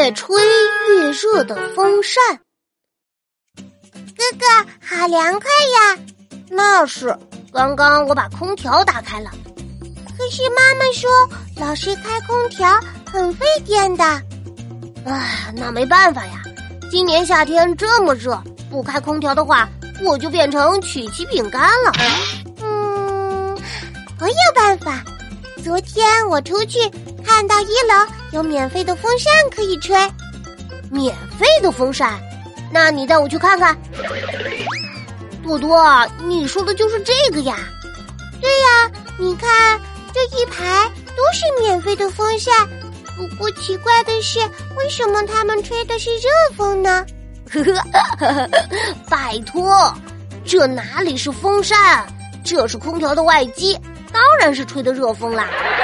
越吹越热的风扇。 哥哥，好凉快呀！ 那是，刚刚我把空调打开了。 可是妈妈说，老是开空调很费电的。 唉，那没办法呀，今年夏天这么热，不开空调的话，我就变成曲奇饼干了。 我有办法。昨天我出去看到1楼有免费的风扇可以吹。 免费的风扇？那你带我去看看。多多，你说的就是这个呀？ 对呀，你看这一排都是免费的风扇。不过奇怪的是，为什么他们吹的是热风呢？ 拜托，这哪里是风扇，这是空调的外机，当然是吹的热风啦。